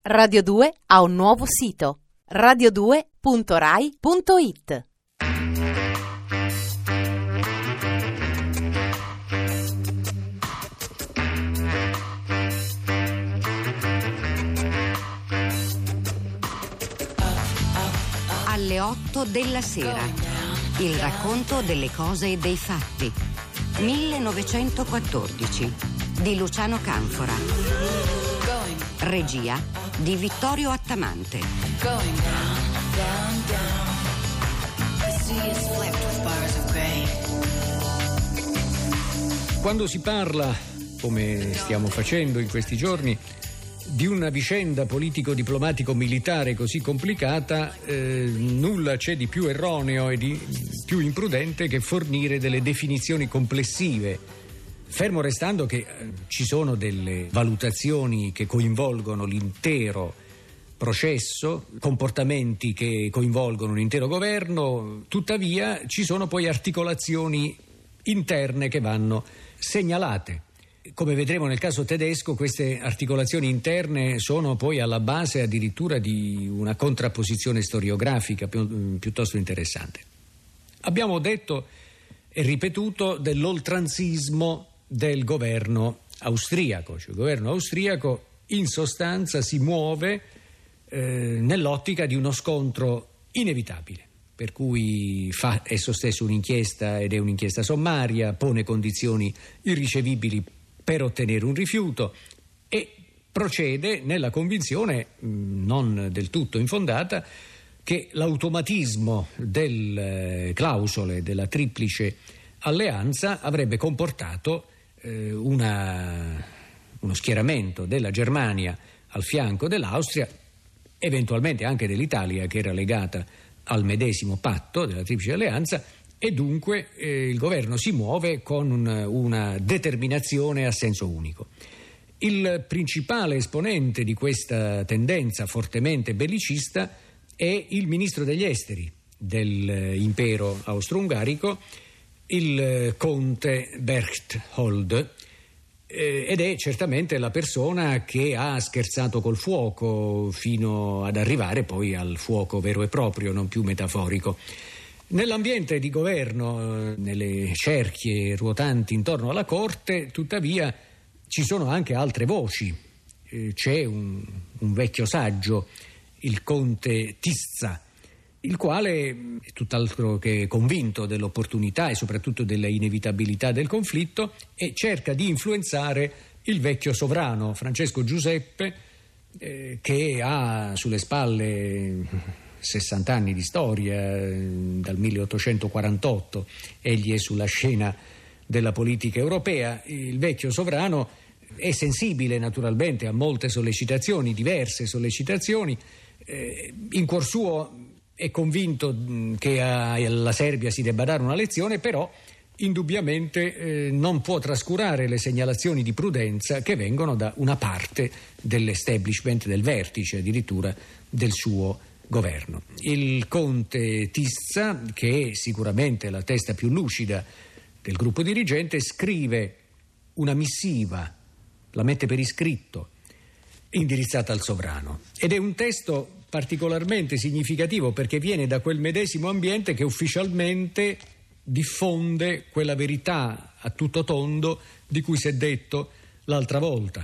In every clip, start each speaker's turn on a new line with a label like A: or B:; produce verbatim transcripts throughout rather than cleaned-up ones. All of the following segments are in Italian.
A: Radio due ha un nuovo sito: radio due punto rai punto it.
B: Alle otto della sera, il racconto delle cose e dei fatti. millenovecentoquattordici di Luciano Canfora. Regia di Vittorio Attamante.
C: Quando si parla, come stiamo facendo in questi giorni, di una vicenda politico-diplomatico-militare così complicata, eh, nulla c'è di più erroneo e di più imprudente che fornire delle definizioni complessive, fermo restando che eh, ci sono delle valutazioni che coinvolgono l'intero processo, comportamenti che coinvolgono un intero governo. Tuttavia ci sono poi articolazioni interne che vanno segnalate. Come vedremo nel caso tedesco, queste articolazioni interne sono poi alla base addirittura di una contrapposizione storiografica pi- piuttosto interessante. Abbiamo detto e ripetuto dell'oltranzismo del governo austriaco, cioè il governo austriaco in sostanza si muove eh, nell'ottica di uno scontro inevitabile, per cui fa esso stesso un'inchiesta ed è un'inchiesta sommaria, pone condizioni irricevibili per ottenere un rifiuto e procede nella convinzione, mh, non del tutto infondata, che l'automatismo delle clausole della triplice alleanza avrebbe comportato eh, una, uno schieramento della Germania al fianco dell'Austria, eventualmente anche dell'Italia, che era legata al medesimo patto della triplice alleanza, e dunque eh, il governo si muove con un, una determinazione a senso unico. Il principale esponente di questa tendenza fortemente bellicista è il ministro degli esteri dell'impero austro-ungarico, il conte Berchtold, eh, ed è certamente la persona che ha scherzato col fuoco fino ad arrivare poi al fuoco vero e proprio, non più metaforico. Nell'ambiente di governo, nelle cerchie ruotanti intorno alla corte, tuttavia, ci sono anche altre voci. Eh, c'è un, un vecchio saggio, il conte Tisza, il quale è tutt'altro che convinto dell'opportunità e soprattutto della inevitabilità del conflitto e cerca di influenzare il vecchio sovrano Francesco Giuseppe, eh, che ha sulle spalle sessanta anni di storia, dal milleottocentoquarantotto egli è sulla scena della politica europea. Il vecchio sovrano è sensibile naturalmente a molte sollecitazioni, diverse sollecitazioni, eh, in cuor suo è convinto che alla Serbia si debba dare una lezione, però indubbiamente eh, non può trascurare le segnalazioni di prudenza che vengono da una parte dell'establishment, del vertice addirittura del suo governo. Il conte Tisza, che è sicuramente la testa più lucida del gruppo dirigente, scrive una missiva, la mette per iscritto, indirizzata al sovrano, ed è un testo particolarmente significativo perché viene da quel medesimo ambiente che ufficialmente diffonde quella verità a tutto tondo di cui si è detto l'altra volta.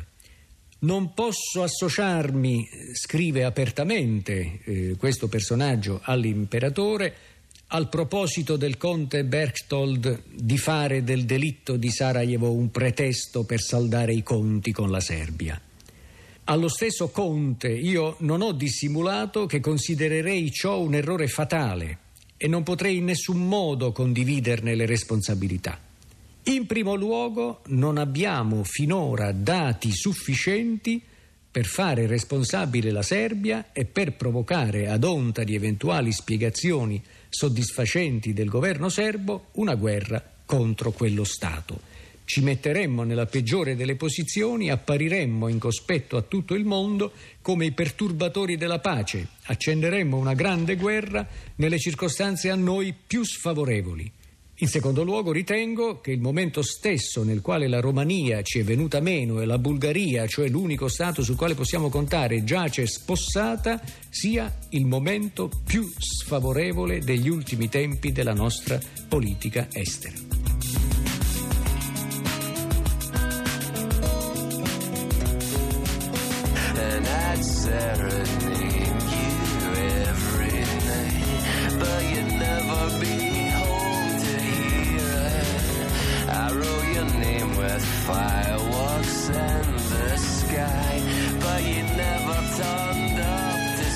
C: Non posso associarmi, scrive apertamente eh, questo personaggio all'imperatore, al proposito del conte Berchtold di fare del delitto di Sarajevo un pretesto per saldare i conti con la Serbia. Allo stesso conte io non ho dissimulato che considererei ciò un errore fatale e non potrei in nessun modo condividerne le responsabilità. In primo luogo, non abbiamo finora dati sufficienti per fare responsabile la Serbia e per provocare, ad onta di eventuali spiegazioni soddisfacenti del governo serbo, una guerra contro quello Stato. Ci metteremmo nella peggiore delle posizioni, appariremmo in cospetto a tutto il mondo come i perturbatori della pace, accenderemmo una grande guerra nelle circostanze a noi più sfavorevoli. In secondo luogo, ritengo che il momento stesso nel quale la Romania ci è venuta meno e la Bulgaria, cioè l'unico Stato sul quale possiamo contare, giace spossata, sia il momento più sfavorevole degli ultimi tempi della nostra politica estera.
D: Fireworks and the sky, but you never turned up to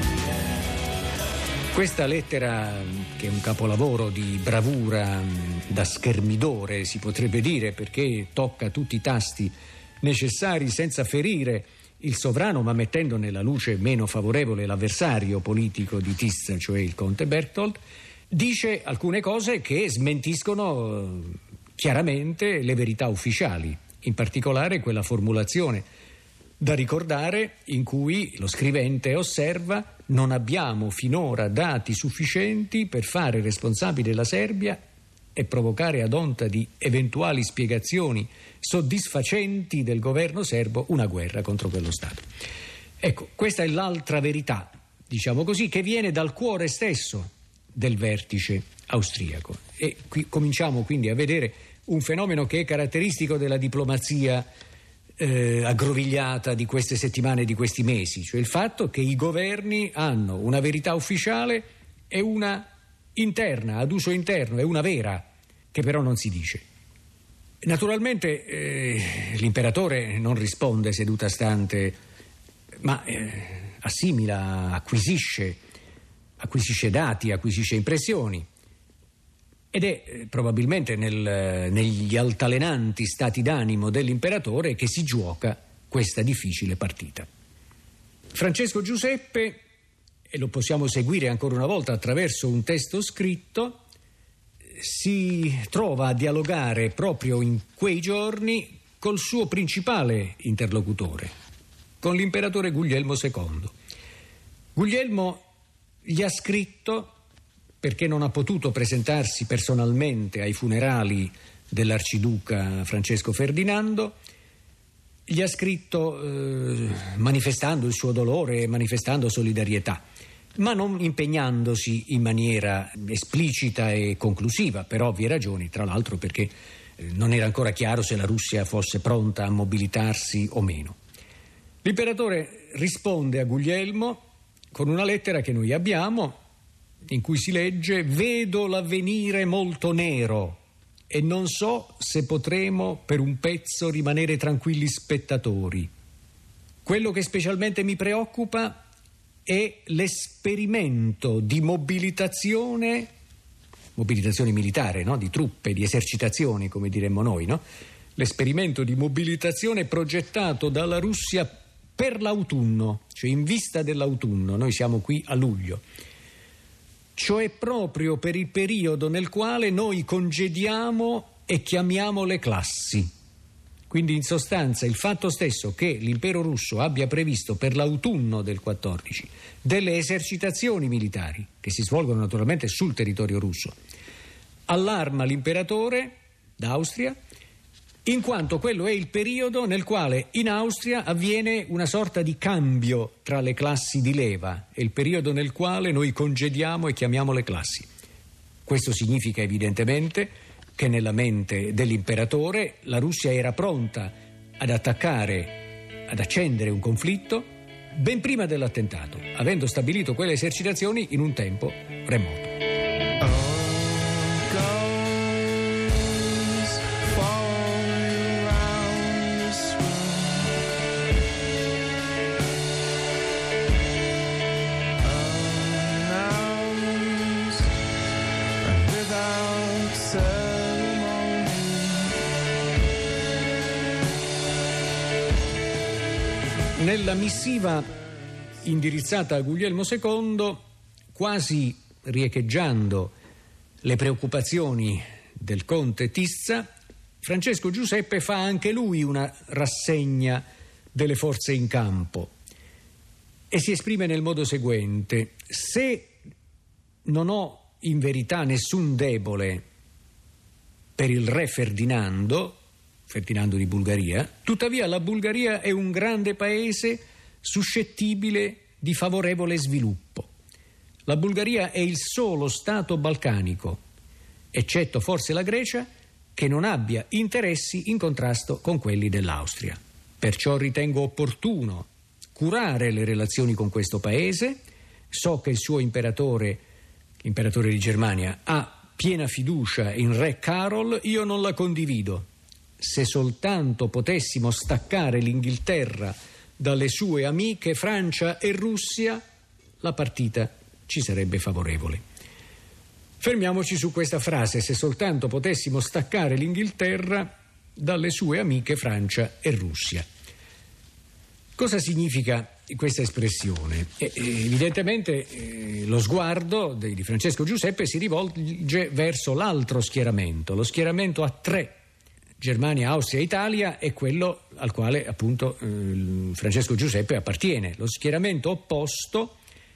D: see.
C: Questa lettera, che è un capolavoro di bravura da schermidore, si potrebbe dire, perché tocca tutti i tasti necessari senza ferire il sovrano, ma mettendo nella luce meno favorevole l'avversario politico di Tisza, cioè il conte Berchtold, dice alcune cose che smentiscono chiaramente le verità ufficiali, in particolare quella formulazione da ricordare in cui lo scrivente osserva: non abbiamo finora dati sufficienti per fare responsabile la Serbia e provocare ad onta di eventuali spiegazioni soddisfacenti del governo serbo una guerra contro quello Stato. Ecco, questa è l'altra verità, diciamo così, che viene dal cuore stesso del vertice austriaco. E qui cominciamo quindi a vedere un fenomeno che è caratteristico della diplomazia eh, aggrovigliata di queste settimane e di questi mesi, cioè il fatto che i governi hanno una verità ufficiale e una interna, ad uso interno, e una vera, che però non si dice. Naturalmente eh, l'imperatore non risponde seduta stante, ma eh, assimila, acquisisce, acquisisce dati, acquisisce impressioni. Ed è eh, probabilmente nel, negli altalenanti stati d'animo dell'imperatore che si gioca questa difficile partita. Francesco Giuseppe, e lo possiamo seguire ancora una volta attraverso un testo scritto, si trova a dialogare proprio in quei giorni col suo principale interlocutore, con l'imperatore Guglielmo secondo. Guglielmo gli ha scritto, perché non ha potuto presentarsi personalmente ai funerali dell'arciduca Francesco Ferdinando, gli ha scritto eh, manifestando il suo dolore e manifestando solidarietà, ma non impegnandosi in maniera esplicita e conclusiva, per ovvie ragioni, tra l'altro perché eh, non era ancora chiaro se la Russia fosse pronta a mobilitarsi o meno. L'imperatore risponde a Guglielmo con una lettera che noi abbiamo, in cui si legge: vedo l'avvenire molto nero e non so se potremo per un pezzo rimanere tranquilli spettatori. Quello che specialmente mi preoccupa è l'esperimento di mobilitazione, mobilitazione militare, no? Di truppe, di esercitazioni, come diremmo noi, no? L'esperimento di mobilitazione progettato dalla Russia per l'autunno, cioè in vista dell'autunno. Noi siamo qui a luglio. Cioè proprio per il periodo nel quale noi congediamo e chiamiamo le classi. Quindi in sostanza il fatto stesso che l'impero russo abbia previsto per l'autunno del quattordici delle esercitazioni militari che si svolgono naturalmente sul territorio russo allarma l'imperatore d'Austria, in quanto quello è il periodo nel quale in Austria avviene una sorta di cambio tra le classi di leva, è il periodo nel quale noi congediamo e chiamiamo le classi. Questo significa evidentemente che nella mente dell'imperatore la Russia era pronta ad attaccare, ad accendere un conflitto ben prima dell'attentato, avendo stabilito quelle esercitazioni in un tempo remoto. Nella missiva indirizzata a Guglielmo secondo, quasi riecheggiando le preoccupazioni del conte Tisza, Francesco Giuseppe fa anche lui una rassegna delle forze in campo e si esprime nel modo seguente: se non ho in verità nessun debole per il re Ferdinando, Ferdinando di Bulgaria. Tuttavia la Bulgaria è un grande paese suscettibile di favorevole sviluppo. La Bulgaria è il solo Stato balcanico, eccetto forse la Grecia, che non abbia interessi in contrasto con quelli dell'Austria. Perciò ritengo opportuno curare le relazioni con questo paese. So che il suo imperatore, l'imperatore di Germania, ha piena fiducia in re Carol. Io non la condivido. Se soltanto potessimo staccare l'Inghilterra dalle sue amiche Francia e Russia, la partita ci sarebbe favorevole. Fermiamoci su questa frase: se soltanto potessimo staccare l'Inghilterra dalle sue amiche Francia e Russia. Cosa significa questa espressione? Eh, evidentemente eh, lo sguardo di, di Francesco Giuseppe si rivolge verso l'altro schieramento, lo schieramento a tre: Germania, Austria e Italia, è quello al quale appunto eh, Francesco Giuseppe appartiene. Lo schieramento opposto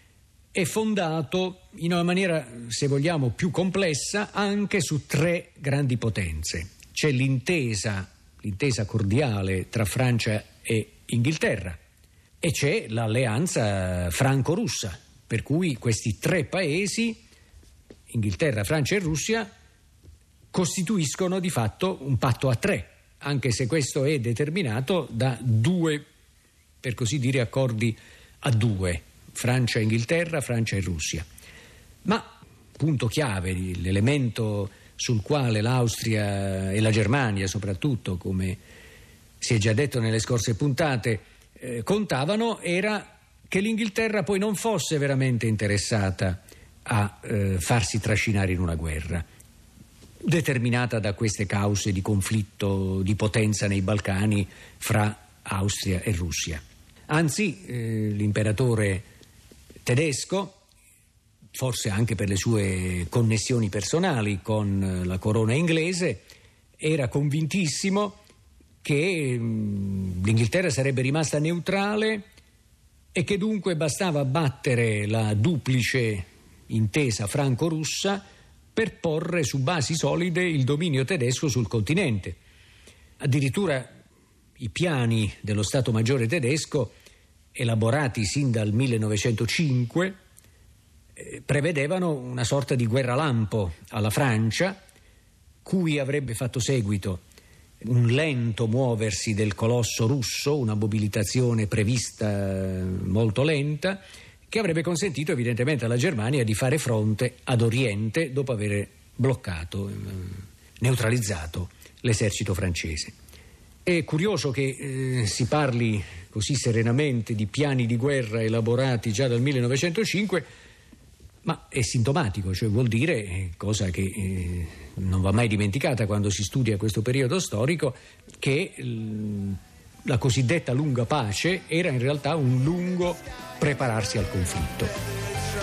C: è fondato in una maniera, se vogliamo, più complessa anche su tre grandi potenze. C'è l'intesa, l'intesa cordiale tra Francia e Inghilterra, e c'è l'alleanza franco-russa, per cui questi tre paesi, Inghilterra, Francia e Russia, costituiscono di fatto un patto a tre, anche se questo è determinato da due, per così dire, accordi a due: Francia e Inghilterra, Francia e Russia. Ma punto chiave, l'elemento sul quale l'Austria e la Germania soprattutto, come si è già detto nelle scorse puntate, eh, contavano, era che l'Inghilterra poi non fosse veramente interessata a eh, farsi trascinare in una guerra determinata da queste cause di conflitto di potenza nei Balcani fra Austria e Russia. Anzi, eh, l'imperatore tedesco, forse anche per le sue connessioni personali con la corona inglese, era convintissimo che mh, l'Inghilterra sarebbe rimasta neutrale e che dunque bastava battere la duplice intesa franco-russa per porre su basi solide il dominio tedesco sul continente. Addirittura i piani dello Stato Maggiore tedesco, elaborati sin dal millenovecentocinque, eh, prevedevano una sorta di guerra lampo alla Francia, cui avrebbe fatto seguito un lento muoversi del colosso russo, una mobilitazione prevista molto lenta, che avrebbe consentito evidentemente alla Germania di fare fronte ad Oriente dopo aver bloccato, eh, neutralizzato l'esercito francese. È curioso che eh, si parli così serenamente di piani di guerra elaborati già dal millenovecentocinque, ma è sintomatico, cioè vuol dire, cosa che eh, non va mai dimenticata quando si studia questo periodo storico, che l- la cosiddetta lunga pace era in realtà un lungo prepararsi al conflitto.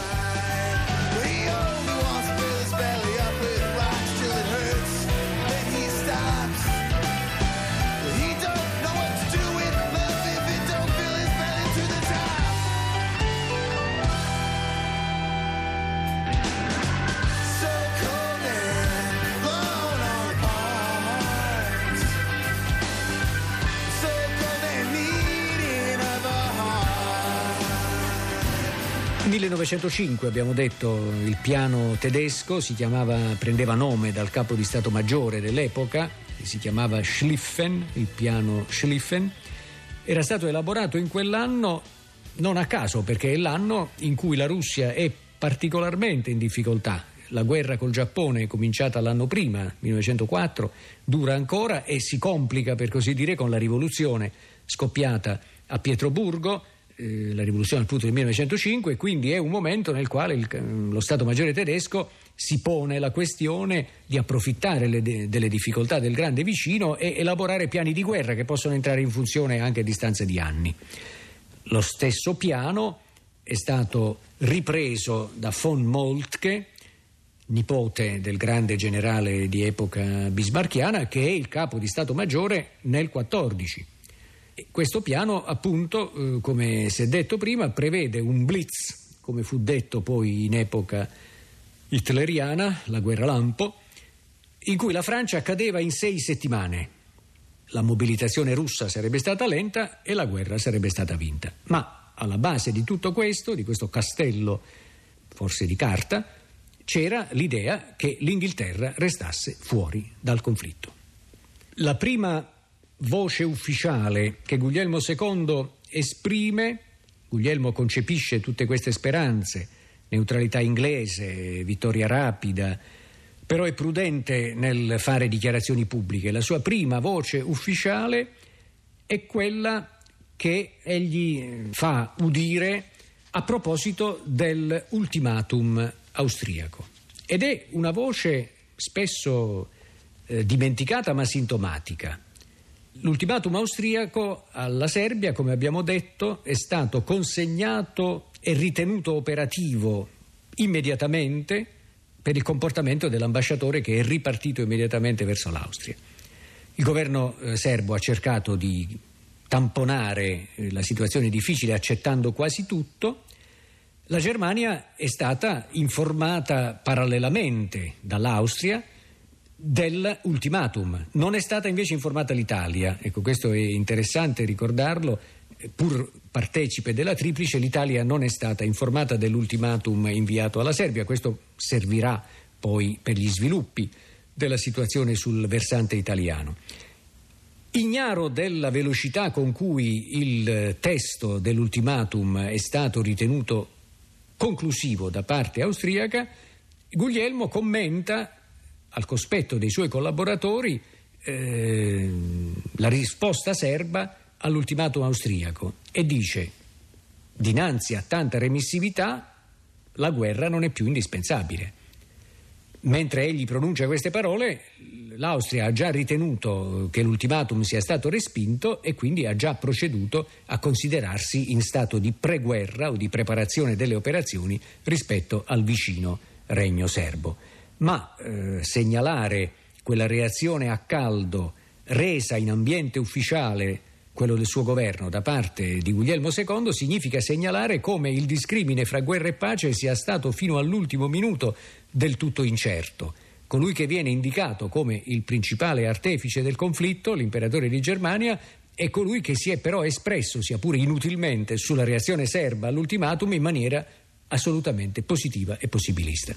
C: millenovecentocinque, abbiamo detto, il piano tedesco si chiamava, prendeva nome dal capo di Stato Maggiore dell'epoca, si chiamava Schlieffen, il piano Schlieffen. Era stato elaborato in quell'anno non a caso, perché è l'anno in cui la Russia è particolarmente in difficoltà. La guerra col Giappone è cominciata l'anno prima, millenovecentoquattro, dura ancora e si complica, per così dire, con la rivoluzione scoppiata a Pietroburgo, la rivoluzione appunto del millenovecentocinque, quindi è un momento nel quale il, lo Stato Maggiore tedesco si pone la questione di approfittare le, de, delle difficoltà del grande vicino e elaborare piani di guerra che possono entrare in funzione anche a distanza di anni. Lo stesso piano è stato ripreso da von Moltke, nipote del grande generale di epoca bismarcchiana, che è il capo di Stato Maggiore nel quattordici. Questo piano, appunto, eh, come si è detto prima, prevede un blitz, come fu detto poi in epoca hitleriana, la guerra lampo, in cui la Francia cadeva in sei settimane. La mobilitazione russa sarebbe stata lenta e la guerra sarebbe stata vinta. Ma alla base di tutto questo, di questo castello, forse di carta, c'era l'idea che l'Inghilterra restasse fuori dal conflitto. La prima voce ufficiale che Guglielmo secondo esprime, Guglielmo concepisce tutte queste speranze, neutralità inglese, vittoria rapida, però è prudente nel fare dichiarazioni pubbliche. La sua prima voce ufficiale è quella che egli fa udire a proposito dell'ultimatum austriaco. Ed è una voce spesso eh, dimenticata ma sintomatica. L'ultimatum austriaco alla Serbia, come abbiamo detto, è stato consegnato e ritenuto operativo immediatamente per il comportamento dell'ambasciatore, che è ripartito immediatamente verso l'Austria. Il governo eh, serbo ha cercato di tamponare eh, la situazione difficile accettando quasi tutto. La Germania è stata informata parallelamente dall'Austria dell'ultimatum, non è stata invece informata l'Italia. Ecco, questo è interessante ricordarlo. Pur partecipe della Triplice, l'Italia non è stata informata dell'ultimatum inviato alla Serbia. Questo servirà poi per gli sviluppi della situazione sul versante italiano. Ignaro della velocità con cui il testo dell'ultimatum è stato ritenuto conclusivo da parte austriaca, Guglielmo commenta al cospetto dei suoi collaboratori eh, la risposta serba all'ultimatum austriaco e dice: dinanzi a tanta remissività la guerra non è più indispensabile. Mentre egli pronuncia queste parole, l'Austria ha già ritenuto che l'ultimatum sia stato respinto e quindi ha già proceduto a considerarsi in stato di preguerra o di preparazione delle operazioni rispetto al vicino regno serbo. Ma eh, segnalare quella reazione a caldo resa in ambiente ufficiale, quello del suo governo, da parte di Guglielmo secondo, significa segnalare come il discrimine fra guerra e pace sia stato fino all'ultimo minuto del tutto incerto. Colui che viene indicato come il principale artefice del conflitto, l'imperatore di Germania, è colui che si è però espresso, sia pure inutilmente, sulla reazione serba all'ultimatum in maniera assolutamente positiva e possibilista.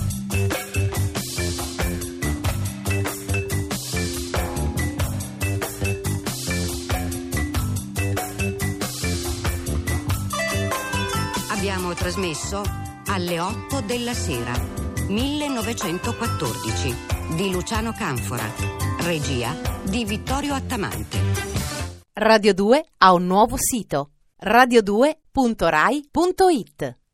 B: Abbiamo trasmesso Alle otto della sera, millenovecentoquattordici, di Luciano Canfora, regia di Vittorio Attamante.
A: Radio due ha un nuovo sito: radio due punto rai punto it.